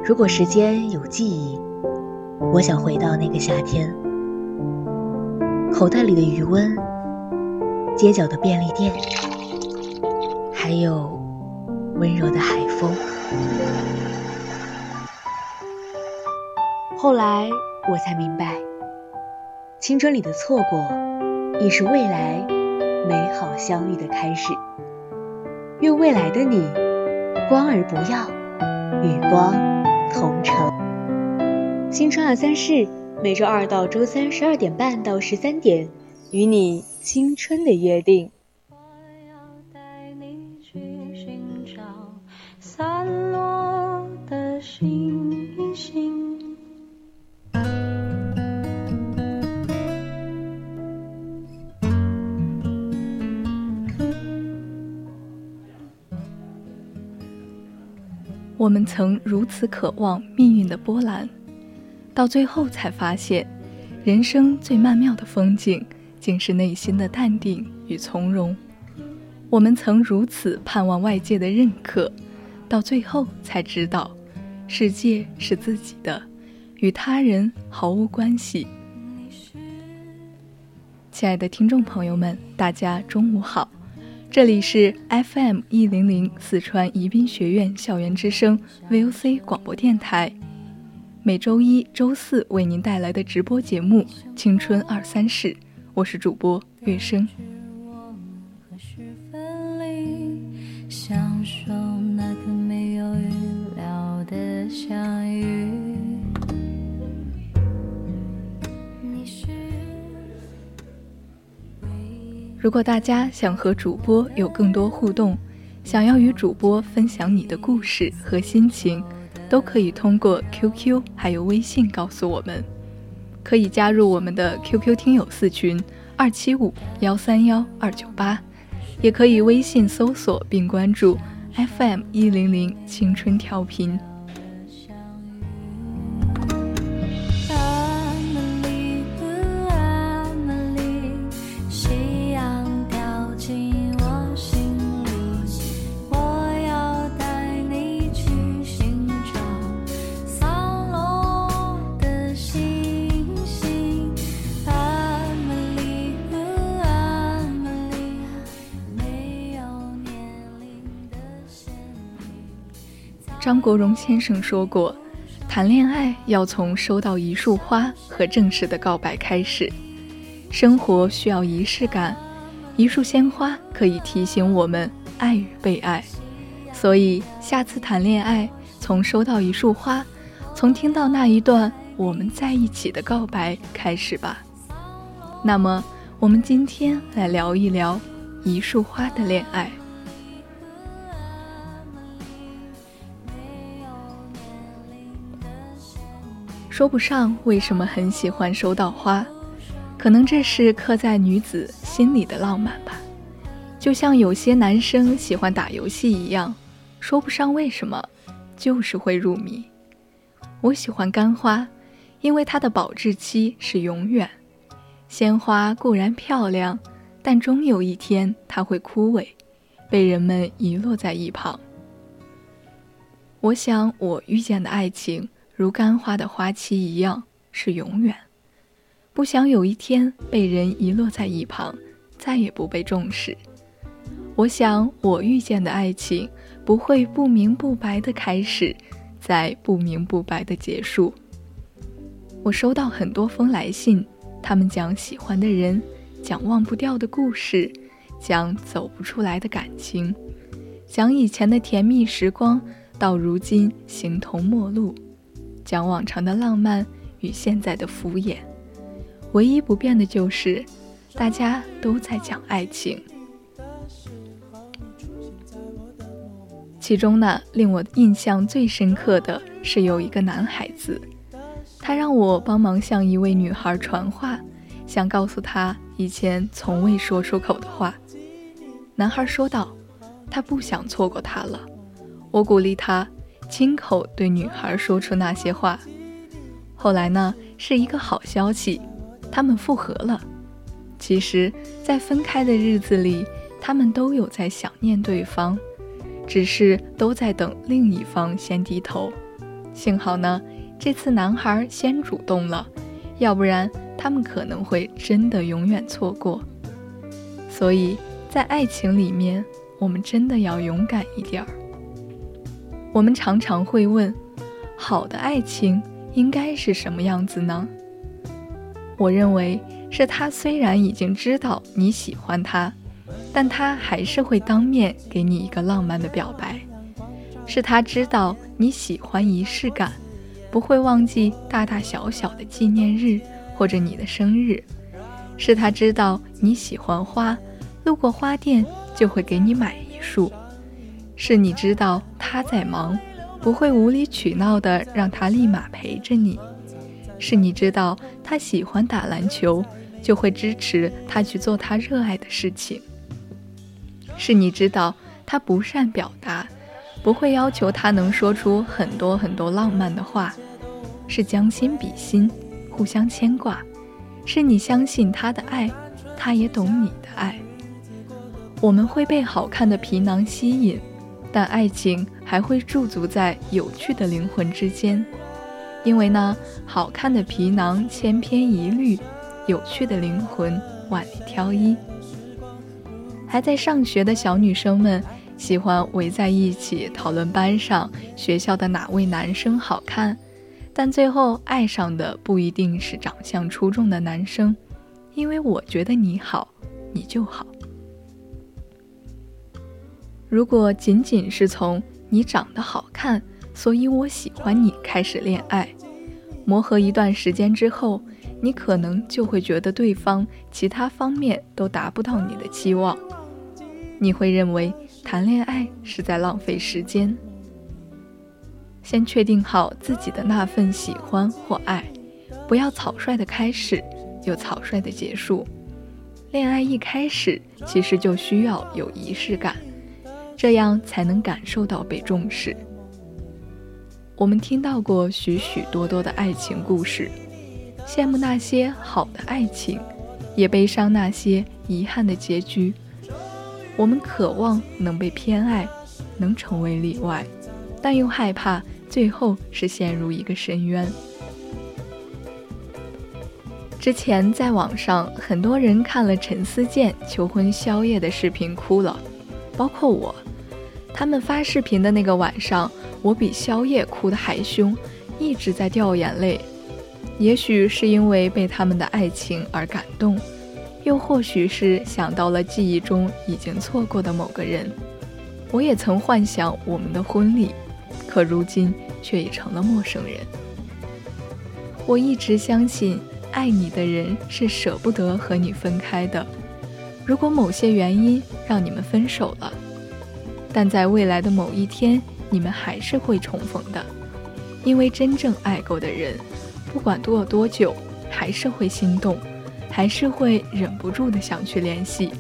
如果时间有记忆，我想回到那个夏天，口袋里的余温，街角的便利店，还有温柔的海风。后来我才明白，青春里的错过亦是未来美好相遇的开始。愿未来的你光而不要，与光同城。新春23事，每周2到周3 12点半到13点，与你青春的约定。 我要带你去寻找散落的星星。 我们曾如此渴望命运的波澜，到最后才发现，人生最曼妙的风景竟是内心的淡定与从容。我们曾如此盼望外界的认可，到最后才知道，世界是自己的，与他人毫无关系。亲爱的听众朋友们，大家中午好，这里是 FM100 四川宜宾学院校园之声 VOC 广播电台，每周一、周四为您带来的直播节目《青春23事》，我是主播月生。 享受那个没有预料的相遇。 如果大家想和主播有更多互动，想要与主播分享你的故事和心情，都可以通过 QQ 还有微信告诉我们。可以加入我们的 QQ 听友4群275-131-298，也可以微信搜索并关注 FM100 青春调频。张国荣先生说过，谈恋爱要从收到一束花和正式的告白开始。生活需要仪式感，一束鲜花可以提醒我们爱与被爱。所以下次谈恋爱，从收到一束花，从听到那一段我们在一起的告白开始吧。那么我们今天来聊一聊一束花的恋爱。说不上为什么很喜欢收到花，可能这是刻在女子心里的浪漫吧。就像有些男生喜欢打游戏一样，说不上为什么，就是会入迷。我喜欢干花，因为它的保质期是永远。鲜花固然漂亮，但终有一天它会枯萎，被人们遗落在一旁。我想我遇见的爱情如干花的花期一样是永远，不想有一天被人遗落在一旁，再也不被重视。我想我遇见的爱情不会不明不白的开始，再不明不白的结束。我收到很多封来信，他们讲喜欢的人，讲忘不掉的故事，讲走不出来的感情，讲以前的甜蜜时光到如今形同陌路，讲往常的浪漫与现在的敷衍。唯一不变的就是大家都在讲爱情。其中呢，令我印象最深刻的是有一个男孩子，他让我帮忙向一位女孩传话，想告诉她以前从未说出口的话。男孩说道，他不想错过她了。我鼓励他亲口对女孩说出那些话。后来呢，是一个好消息，他们复合了。其实在分开的日子里，他们都有在想念对方，只是都在等另一方先低头。 幸好呢，这次男孩先主动了，要不然他们可能会真的永远错过。所以在爱情里面，我们真的要勇敢一点儿。我们常常会问，好的爱情应该是什么样子呢？我认为是他虽然已经知道你喜欢他，但他还是会当面给你一个浪漫的表白。是他知道你喜欢仪式感，不会忘记大大小小的纪念日或者你的生日。是他知道你喜欢花，路过花店就会给你买一束。是你知道他在忙，不会无理取闹的让他立马陪着你。是你知道他喜欢打篮球，就会支持他去做他热爱的事情。是你知道他不善表达，不会要求他能说出很多很多浪漫的话。是将心比心，互相牵挂。是你相信他的爱，他也懂你的爱。我们会被好看的皮囊吸引，但爱情还会驻足在有趣的灵魂之间。因为呢，好看的皮囊千篇一律，有趣的灵魂万里挑一。还在上学的小女生们喜欢围在一起讨论班上学校的哪位男生好看，但最后爱上的不一定是长相出众的男生，因为我觉得你好，你就好。如果仅仅是从你长得好看，所以我喜欢你开始恋爱，磨合一段时间之后，你可能就会觉得对方其他方面都达不到你的期望，你会认为谈恋爱是在浪费时间。先确定好自己的那份喜欢或爱，不要草率的开始，又草率的结束。恋爱一开始其实就需要有仪式感，这样才能感受到被重视。我们听到过许许多多的爱情故事，羡慕那些好的爱情，也悲伤那些遗憾的结局。我们渴望能被偏爱，能成为例外，但又害怕最后是陷入一个深渊。之前在网上，很多人看了陈思健求婚宵夜的视频哭了，包括我。他们发视频的那个晚上，我比宵夜哭得还凶，一直在掉眼泪。也许是因为被他们的爱情而感动，又或许是想到了记忆中已经错过的某个人。我也曾幻想我们的婚礼，可如今却已成了陌生人。我一直相信，爱你的人是舍不得和你分开的。如果某些原因让你们分手了，但在未来的某一天，你们还是会重逢的。因为真正爱过的人，不管多多久，还是会心动，还是会忍不住的想去联系。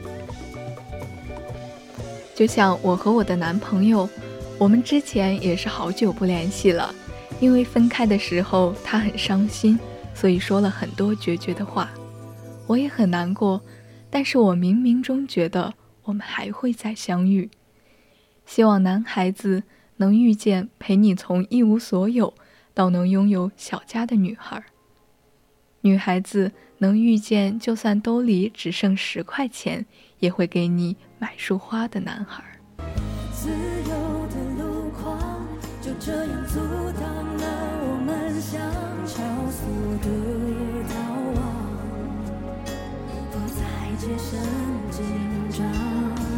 就像我和我的男朋友，我们之前也是好久不联系了，因为分开的时候他很伤心，所以说了很多决绝的话。我也很难过，但是我冥冥中觉得我们还会再相遇。希望男孩子能遇见陪你从一无所有到能拥有小家的女孩，女孩子能遇见就算兜里只剩10块钱也会给你买束花的男孩。 自由的路况就这样阻挡了我们向超速的逃亡，不再接生紧张。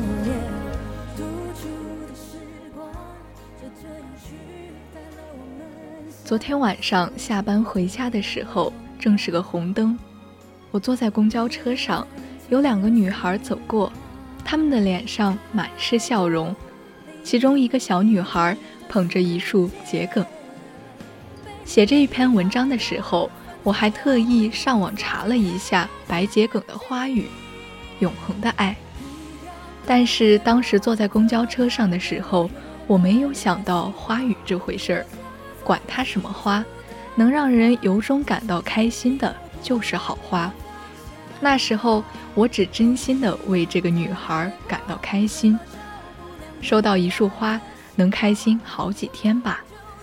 昨天晚上下班回家的时候，正是个红灯。我坐在公交车上，有2个女孩走过，她们的脸上满是笑容。其中一个小女孩捧着一束桔梗。写这一篇文章的时候，我还特意上网查了一下白桔梗的花语，永恒的爱。但是当时坐在公交车上的时候，我没有想到花语这回事儿。管它什么花，能让人由衷感到开心的就是好花。那时候我只真心的为这个女孩感到开心。收到一束花，能开心好几天吧。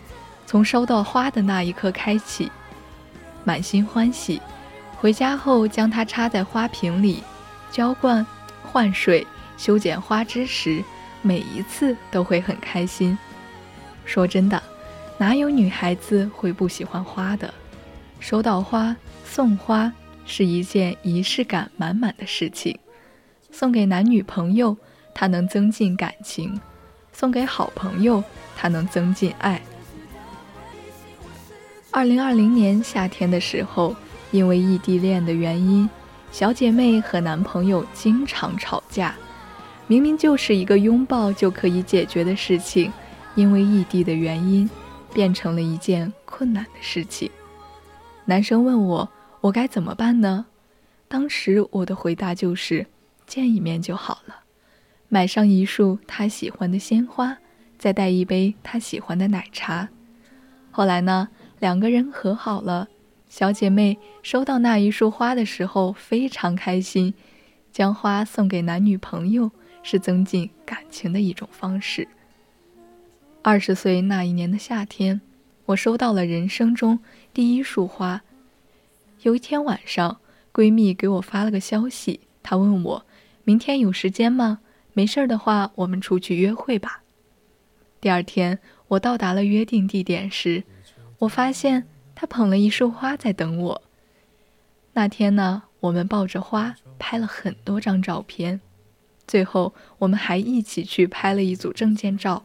从收到花的那一刻开启，满心欢喜。回家后将它插在花瓶里，浇灌、换水、修剪花枝时，每一次都会很开心。说真的，哪有女孩子会不喜欢花的？收到花、送花是一件仪式感满满的事情。送给男女朋友，它能增进感情；送给好朋友，它能增进爱。2020年夏天的时候，因为异地恋的原因，小姐妹和男朋友经常吵架。明明就是一个拥抱就可以解决的事情，因为异地的原因，变成了一件困难的事情。男生问我该怎么办呢？当时我的回答就是见一面就好了，买上一束他喜欢的鲜花，再带一杯他喜欢的奶茶。后来呢，2个人和好了。小姐妹收到那一束花的时候非常开心，将花送给男女朋友是增进感情的一种方式。20岁那一年的夏天，我收到了人生中第一束花。有一天晚上，闺蜜给我发了个消息，她问我明天有时间吗？没事的话我们出去约会吧。第二天我到达了约定地点时，我发现她捧了一束花在等我。那天呢，我们抱着花拍了很多张照片，最后我们还一起去拍了一组证件照。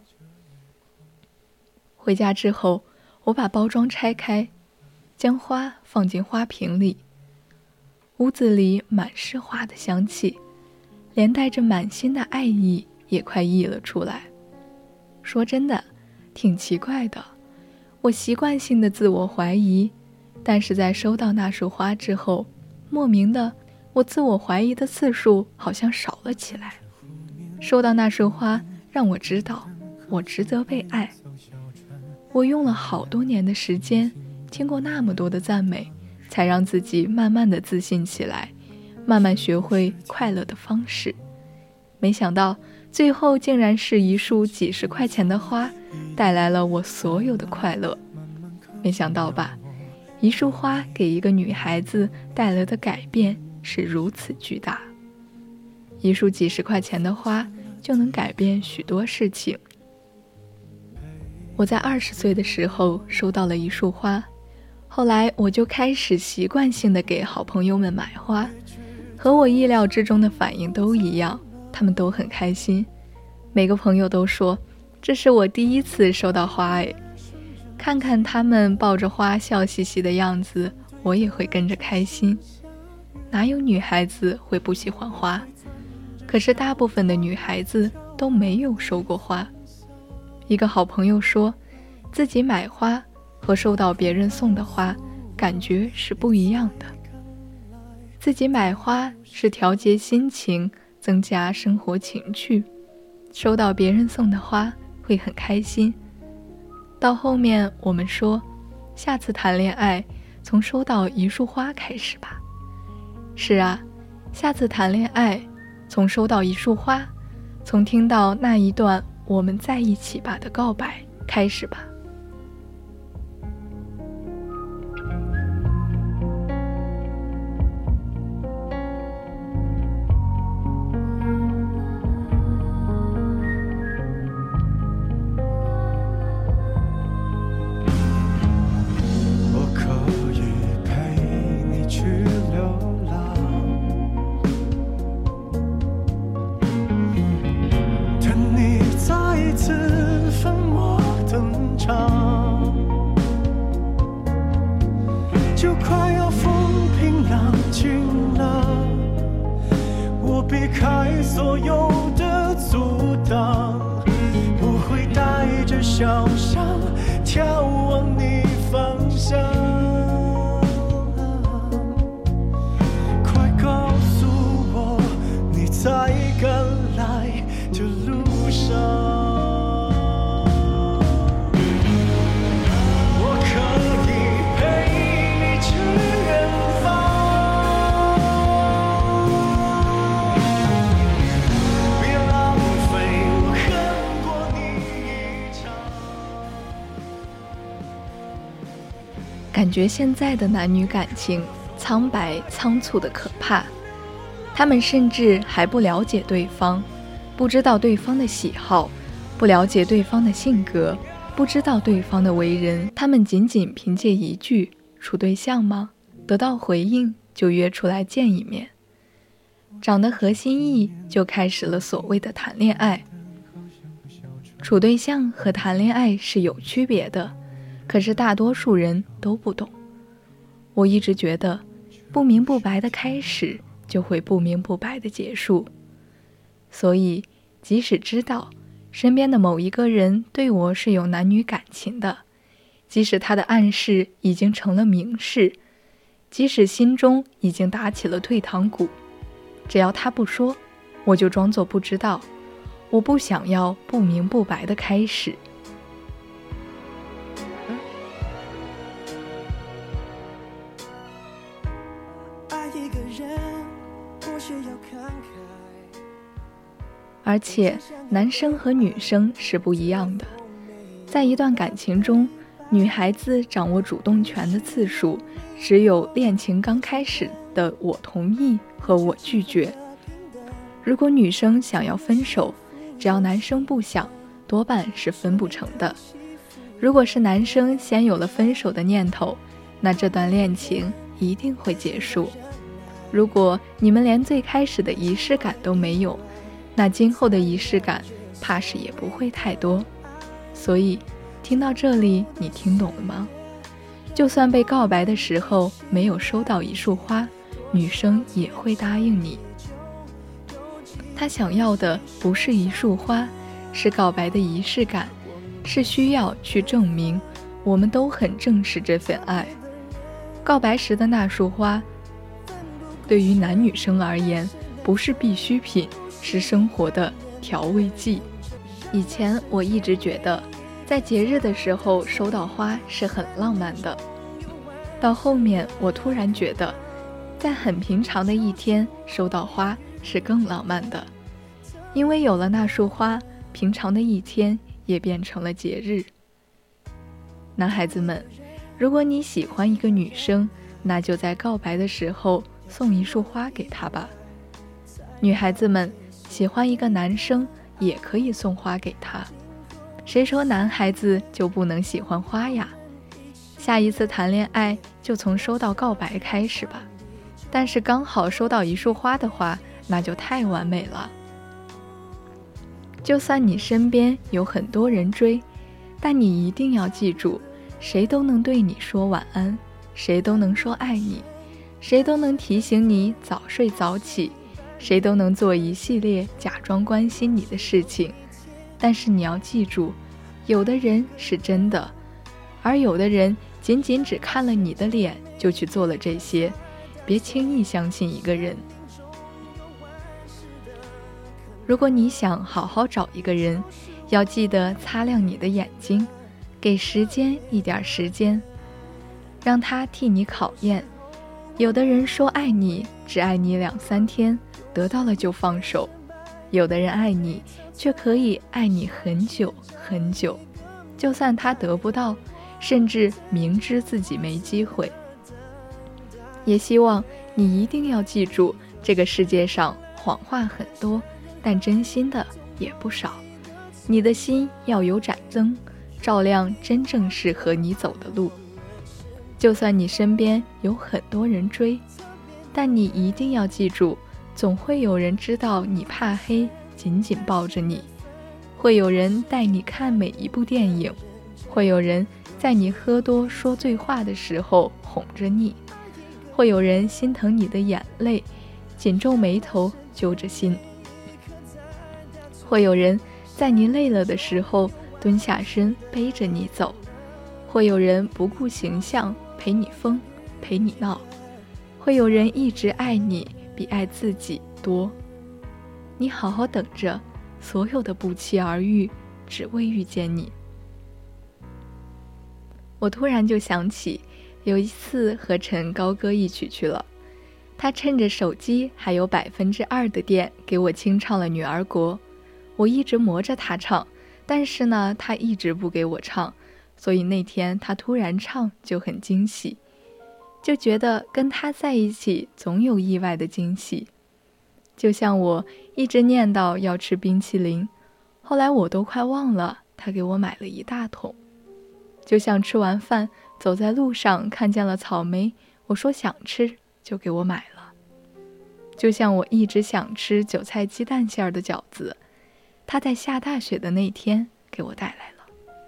回家之后，我把包装拆开，将花放进花瓶里。屋子里满是花的香气，连带着满心的爱意也快溢了出来。说真的，挺奇怪的，我习惯性的自我怀疑，但是在收到那束花之后，莫名的我自我怀疑的次数好像少了起来。收到那束花让我知道我值得被爱。我用了好多年的时间，听过那么多的赞美，才让自己慢慢的自信起来，慢慢学会快乐的方式。没想到最后竟然是一束几十块钱的花带来了我所有的快乐。没想到吧，一束花给一个女孩子带来的改变是如此巨大。一束几十块钱的花就能改变许多事情。我在20岁的时候收到了一束花，后来我就开始习惯性的给好朋友们买花，和我意料之中的反应都一样，他们都很开心。每个朋友都说这是我第一次收到花哎，看看他们抱着花笑嘻嘻的样子，我也会跟着开心。哪有女孩子会不喜欢花？可是大部分的女孩子都没有收过花。一个好朋友说，自己买花和收到别人送的花感觉是不一样的。自己买花是调节心情，增加生活情趣，收到别人送的花会很开心。到后面我们说，下次谈恋爱从收到一束花开始吧。是啊，下次谈恋爱从收到一束花，从听到那一段我们在一起吧的告白开始吧。 就快要风平浪静了，我避开所有的阻挡，不会带着笑声眺望你方向。快告诉我，你在赶来的路上。 感觉现在的男女感情苍白仓促的可怕，他们甚至还不了解对方，不知道对方的喜好，不了解对方的性格，不知道对方的为人，他们仅仅凭借一句处对象吗？得到回应就约出来见一面，长得合心意就开始了所谓的谈恋爱。处对象和谈恋爱是有区别的，可是大多数人都不懂。我一直觉得不明不白的开始就会不明不白的结束，所以即使知道身边的某一个人对我是有男女感情的，即使他的暗示已经成了明示，即使心中已经打起了退堂鼓，只要他不说，我就装作不知道。我不想要不明不白的开始。而且男生和女生是不一样的，在一段感情中，女孩子掌握主动权的次数只有恋情刚开始的我同意和我拒绝。如果女生想要分手，只要男生不想，多半是分不成的。如果是男生先有了分手的念头，那这段恋情一定会结束。如果你们连最开始的仪式感都没有，那今后的仪式感怕是也不会太多。所以听到这里，你听懂了吗？就算被告白的时候没有收到一束花，女生也会答应你。她想要的不是一束花，是告白的仪式感，是需要去证明我们都很正视这份爱。告白时的那束花，对于男女生而言，不是必需品，是生活的调味剂。以前我一直觉得，在节日的时候收到花是很浪漫的，到后面我突然觉得，在很平常的一天收到花是更浪漫的，因为有了那束花，平常的一天也变成了节日。男孩子们，如果你喜欢一个女生，那就在告白的时候送一束花给她吧。女孩子们，喜欢一个男生也可以送花给他，谁说男孩子就不能喜欢花呀？下一次谈恋爱就从收到告白开始吧，但是刚好收到一束花的话，那就太完美了。就算你身边有很多人追，但你一定要记住，谁都能对你说晚安，谁都能说爱你，谁都能提醒你早睡早起，谁都能做一系列假装关心你的事情。但是你要记住，有的人是真的，而有的人仅仅只看了你的脸就去做了这些。别轻易相信一个人。如果你想好好找一个人，要记得擦亮你的眼睛，给时间一点时间，让他替你考验。有的人说爱你，只爱你2-3天，得到了就放手；有的人爱你，却可以爱你很久很久，就算他得不到，甚至明知自己没机会。也希望你一定要记住，这个世界上谎话很多，但真心的也不少。你的心要有盏灯，照亮真正适合你走的路。就算你身边有很多人追，但你一定要记住，总会有人知道你怕黑，紧紧抱着你；会有人带你看每一部电影；会有人在你喝多说醉话的时候哄着你；会有人心疼你的眼泪，紧皱眉头揪着心；会有人在你累了的时候蹲下身背着你走；会有人不顾形象陪你疯陪你闹；会有人一直爱你比爱自己多。你好好等着，所有的不期而遇只为遇见你。我突然就想起有一次和陈高歌一起去了，他趁着手机还有2%的电给我清唱了《女儿国》。我一直磨着他唱，但是呢他一直不给我唱， 所以那天他突然唱就很惊喜，就觉得跟他在一起总有意外的惊喜。就像我一直念叨要吃冰淇淋，后来我都快忘了，他给我买了一大桶。就像吃完饭走在路上看见了草莓，我说想吃，就给我买了。就像我一直想吃韭菜鸡蛋馅儿的饺子，他在下大雪的那天给我带来了。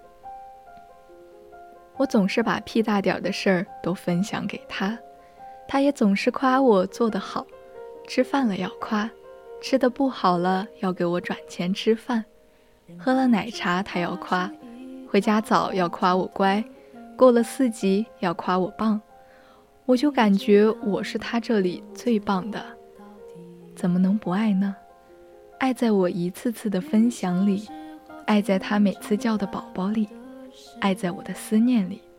我总是把屁大点的事儿都分享给他，他也总是夸我做得好，吃饭了要夸，吃得不好了要给我转钱吃饭，喝了奶茶他要夸，回家早要夸我乖，过了4级要夸我棒。我就感觉我是他这里最棒的，怎么能不爱呢？爱在我一次次的分享里，爱在他每次叫的宝宝里，爱在我的思念里。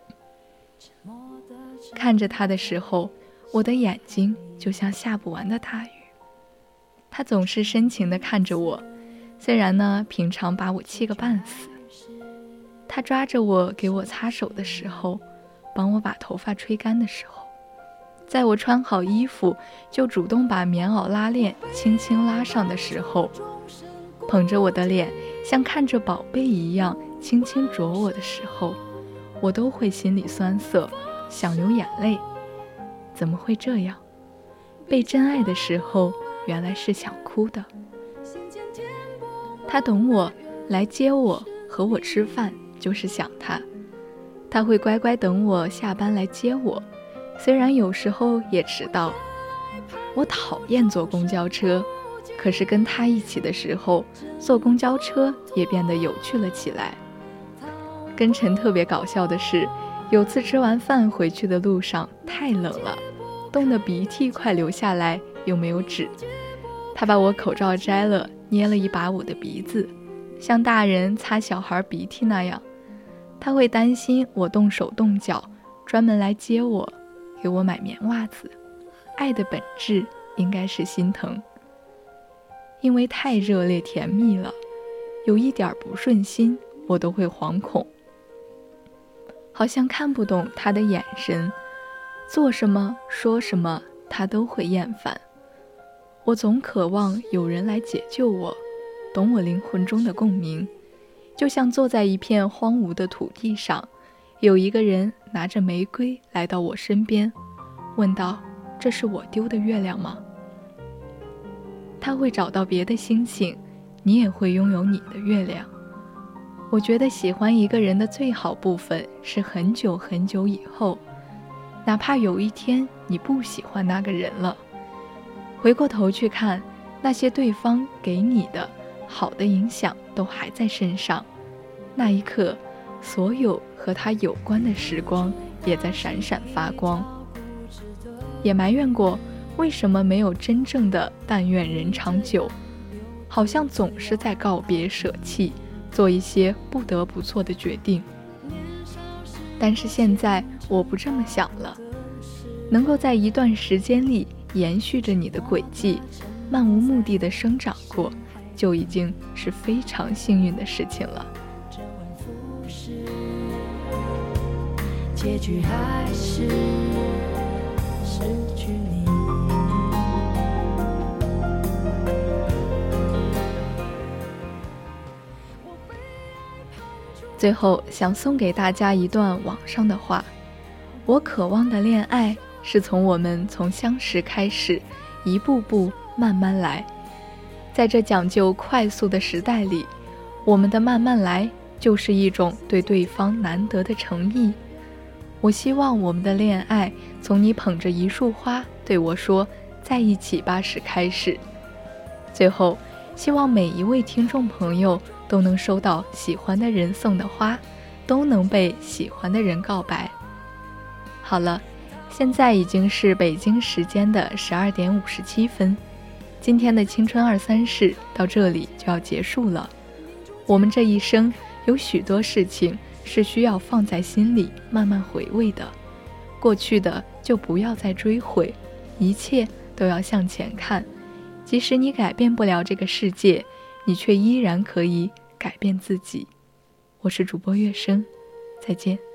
看着他的时候，我的眼睛就像下不完的大雨。他总是深情地看着我，虽然呢平常把我气个半死。他抓着我给我擦手的时候，帮我把头发吹干的时候，在我穿好衣服就主动把棉袄拉链轻轻拉上的时候，捧着我的脸像看着宝贝一样轻轻啄我的时候，我都会心里酸涩，想流眼泪。怎么会这样？被真爱的时候原来是想哭的。他懂我，来接我，和我吃饭就是想他。他会乖乖等我下班来接我，虽然有时候也迟到。我讨厌坐公交车，可是跟他一起的时候，坐公交车也变得有趣了起来。跟陈特别搞笑的是，有次吃完饭回去的路上太冷了，冻得鼻涕快流下来，又没有纸。他把我口罩摘了，捏了一把我的鼻子，像大人擦小孩鼻涕那样。他会担心我动手动脚，专门来接我，给我买棉袜子。爱的本质应该是心疼，因为太热烈甜蜜了，有一点不顺心，我都会惶恐，好像看不懂他的眼神，做什么说什么他都会厌烦。我总渴望有人来解救我，懂我灵魂中的共鸣，就像坐在一片荒芜的土地上，有一个人拿着玫瑰来到我身边，问道：这是我丢的月亮吗？他会找到别的星星，你也会拥有你的月亮。我觉得喜欢一个人的最好部分是很久很久以后，哪怕有一天你不喜欢那个人了，回过头去看，那些对方给你的好的影响都还在身上，那一刻所有和他有关的时光也在闪闪发光。也埋怨过为什么没有真正的但愿人长久，好像总是在告别舍弃，做一些不得不做的决定。但是现在我不这么想了，能够在一段时间里延续着你的轨迹，漫无目的的生长过，就已经是非常幸运的事情了。 结局还是失去你。 最后想送给大家一段网上的话：我渴望的恋爱是从我们从相识开始，一步步慢慢来。在这讲究快速的时代里，我们的慢慢来就是一种对对方难得的诚意。我希望我们的恋爱从你捧着一束花对我说在一起吧时开始。最后希望每一位听众朋友都能收到喜欢的人送的花，都能被喜欢的人告白。好了，现在已经是北京时间的12点57分，今天的青春23事到这里就要结束了。我们这一生有许多事情是需要放在心里慢慢回味的，过去的就不要再追悔，一切都要向前看。即使你改变不了这个世界，你却依然可以改变自己。我是主播月生， 再见。